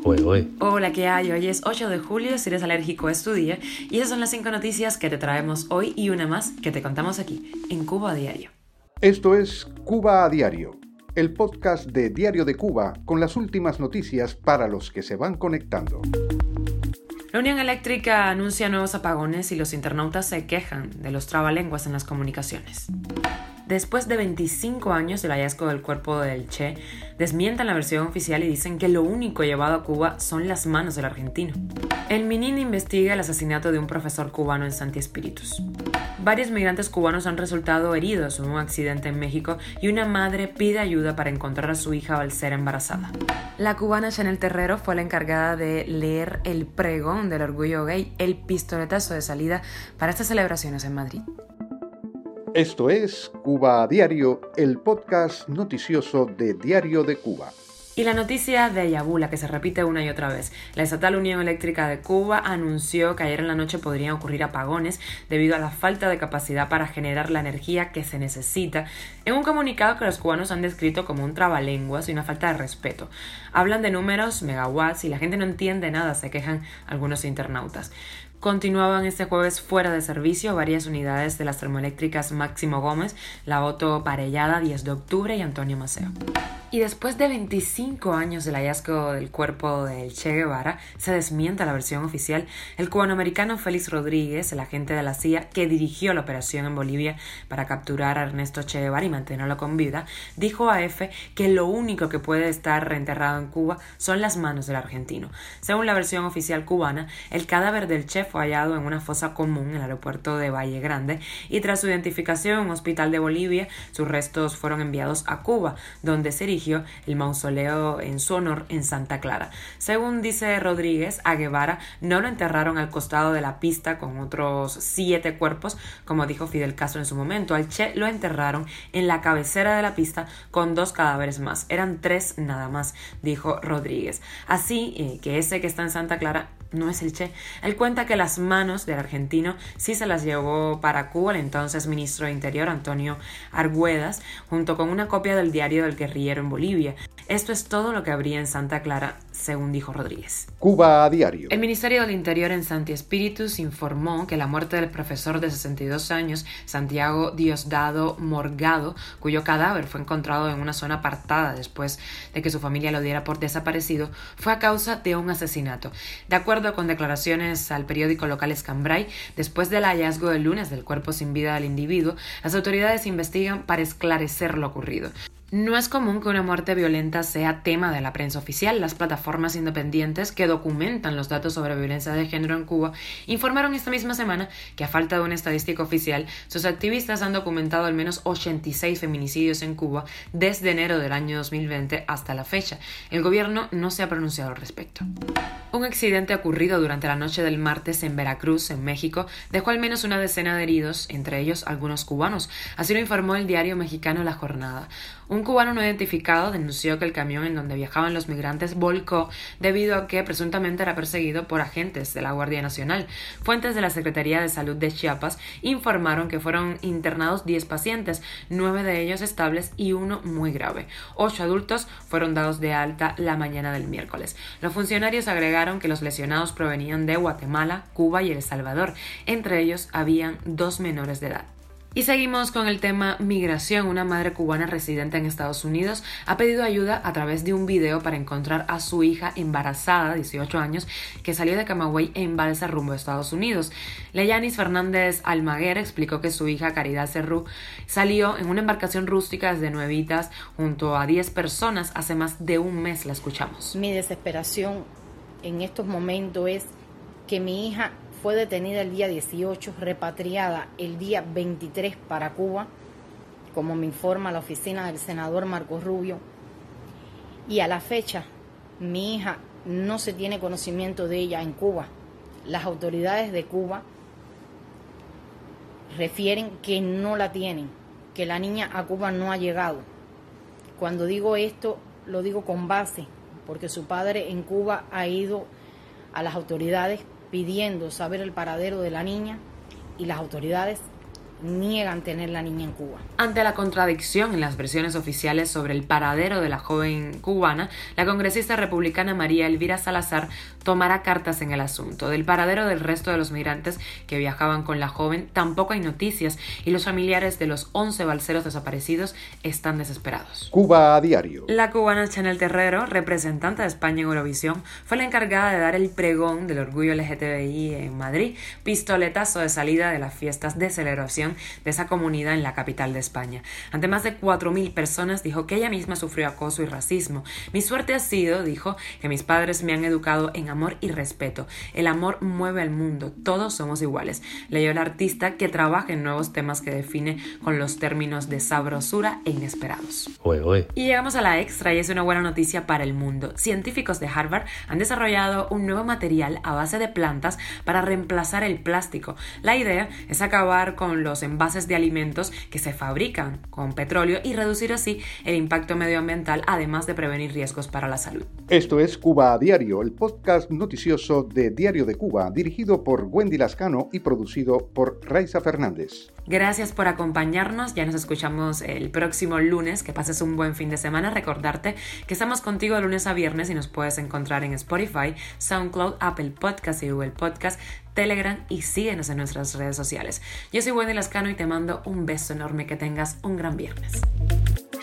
fuego, ¿eh? Hola, ¿qué hay? Hoy es 8 de julio, si eres alérgico es tu día, y esas son las 5 noticias que te traemos hoy y una más que te contamos aquí, en Cuba a Diario. Esto es Cuba a Diario, el podcast de Diario de Cuba con las últimas noticias para los que se van conectando. La Unión Eléctrica anuncia nuevos apagones y los internautas se quejan de los trabalenguas en las comunicaciones. Después de 25 años del hallazgo del cuerpo del Che, desmientan la versión oficial y dicen que lo único llevado a Cuba son las manos del argentino. El Minin investiga el asesinato de un profesor cubano en Santi Espíritus. Varios migrantes cubanos han resultado heridos en un accidente en México y una madre pide ayuda para encontrar a su hija al ser embarazada. La cubana Chanel Terrero fue la encargada de leer el pregón del orgullo gay, el pistoletazo de salida para estas celebraciones en Madrid. Esto es Cuba a Diario, el podcast noticioso de Diario de Cuba. Y la noticia de Yabula, que se repite una y otra vez. La Estatal Unión Eléctrica de Cuba anunció que ayer en la noche podrían ocurrir apagones debido a la falta de capacidad para generar la energía que se necesita, en un comunicado que los cubanos han descrito como un trabalenguas y una falta de respeto. Hablan de números, megawatts, y la gente no entiende nada, se quejan algunos internautas. Continuaban este jueves fuera de servicio varias unidades de las termoeléctricas Máximo Gómez, La Otto Parellada, 10 de octubre y Antonio Maceo. Y después de 25 años del hallazgo del cuerpo del Che Guevara, se desmienta la versión oficial. El cubanoamericano Félix Rodríguez, el agente de la CIA que dirigió la operación en Bolivia para capturar a Ernesto Che Guevara y mantenerlo con vida, dijo a EFE que lo único que puede estar reenterrado en Cuba son las manos del argentino. Según la versión oficial cubana, el cadáver del Che fue hallado en una fosa común en el aeropuerto de Valle Grande y tras su identificación en un hospital de Bolivia, sus restos fueron enviados a Cuba, donde se erigió el mausoleo en su honor en Santa Clara. Según dice Rodríguez, a Guevara no lo enterraron al costado de la pista con otros 7 cuerpos, como dijo Fidel Castro en su momento. Al Che lo enterraron en la cabecera de la pista con 2 cadáveres más. Eran 3 nada más, dijo Rodríguez. Así que ese que está en Santa Clara no es el Che. Él cuenta que las manos del argentino sí se las llevó para Cuba el entonces ministro de Interior Antonio Argüedas, junto con una copia del diario del guerrillero en Bolivia. Esto es todo lo que habría en Santa Clara, según dijo Rodríguez. Cuba a Diario. El Ministerio del Interior en Santi Espíritus informó que la muerte del profesor de 62 años, Santiago Diosdado Morgado, cuyo cadáver fue encontrado en una zona apartada después de que su familia lo diera por desaparecido, fue a causa de un asesinato. De acuerdo con declaraciones al periódico local Escambray, después del hallazgo del lunes del cuerpo sin vida del individuo, las autoridades investigan para esclarecer lo ocurrido. No es común que una muerte violenta sea tema de la prensa oficial. Las plataformas independientes que documentan los datos sobre violencia de género en Cuba informaron esta misma semana que a falta de una estadística oficial, sus activistas han documentado al menos 86 feminicidios en Cuba desde enero del año 2020 hasta la fecha. El gobierno no se ha pronunciado al respecto. Un accidente ocurrido durante la noche del martes en Veracruz, en México, dejó al menos una decena de heridos, entre ellos algunos cubanos. Así lo informó el diario mexicano La Jornada. Un cubano no identificado denunció que el camión en donde viajaban los migrantes volcó debido a que presuntamente era perseguido por agentes de la Guardia Nacional. Fuentes de la Secretaría de Salud de Chiapas informaron que fueron internados 10 pacientes, 9 de ellos estables y 1 muy grave. 8 adultos fueron dados de alta la mañana del miércoles. Los funcionarios agregaron que los lesionados provenían de Guatemala, Cuba y El Salvador. Entre ellos habían 2 menores de edad. Y seguimos con el tema migración. Una madre cubana residente en Estados Unidos ha pedido ayuda a través de un video para encontrar a su hija embarazada, 18 años, que salió de Camagüey en balsa rumbo a Estados Unidos. Leyanis Fernández Almaguer explicó que su hija Caridad Cerrú salió en una embarcación rústica desde Nuevitas junto a 10 personas hace más de un mes. La escuchamos. Mi desesperación en estos momentos es que mi hija fue detenida el día 18, repatriada el día 23 para Cuba, como me informa la oficina del senador Marco Rubio, y a la fecha mi hija no se tiene conocimiento de ella en Cuba. Las autoridades de Cuba refieren que no la tienen, que la niña a Cuba no ha llegado. Cuando digo esto, lo digo con base, porque su padre en Cuba ha ido a las autoridades pidiendo saber el paradero de la niña y las autoridades niegan tener la niña en Cuba. Ante la contradicción en las versiones oficiales sobre el paradero de la joven cubana, la congresista republicana María Elvira Salazar tomará cartas en el asunto. Del paradero del resto de los migrantes que viajaban con la joven tampoco hay noticias y los familiares de los 11 balseros desaparecidos están desesperados. Cuba a diario. La cubana Chanel Terrero, representante de España en Eurovisión, fue la encargada de dar el pregón del orgullo LGTBI en Madrid, pistoletazo de salida de las fiestas de celebración de esa comunidad en la capital de España. Ante más de 4.000 personas dijo que ella misma sufrió acoso y racismo. Mi suerte ha sido, dijo, que mis padres me han educado en amor y respeto. El amor mueve al mundo, todos somos iguales. Leyó el artista que trabaja en nuevos temas que define con los términos de sabrosura e inesperados. Y llegamos a la extra y es una buena noticia para el mundo. Científicos de Harvard han desarrollado un nuevo material a base de plantas para reemplazar el plástico. La idea es acabar con los envases de alimentos que se fabrican con petróleo y reducir así el impacto medioambiental, además de prevenir riesgos para la salud. Esto es Cuba a Diario, el podcast noticioso de Diario de Cuba, dirigido por Wendy Lascano y producido por Raiza Fernández. Gracias por acompañarnos, ya nos escuchamos el próximo lunes, que pases un buen fin de semana. Recordarte que estamos contigo de lunes a viernes y nos puedes encontrar en Spotify, SoundCloud, Apple Podcast y Google Podcast, Telegram y síguenos en nuestras redes sociales. Yo soy Wendy Lascano y te mando un beso enorme, que tengas un gran viernes.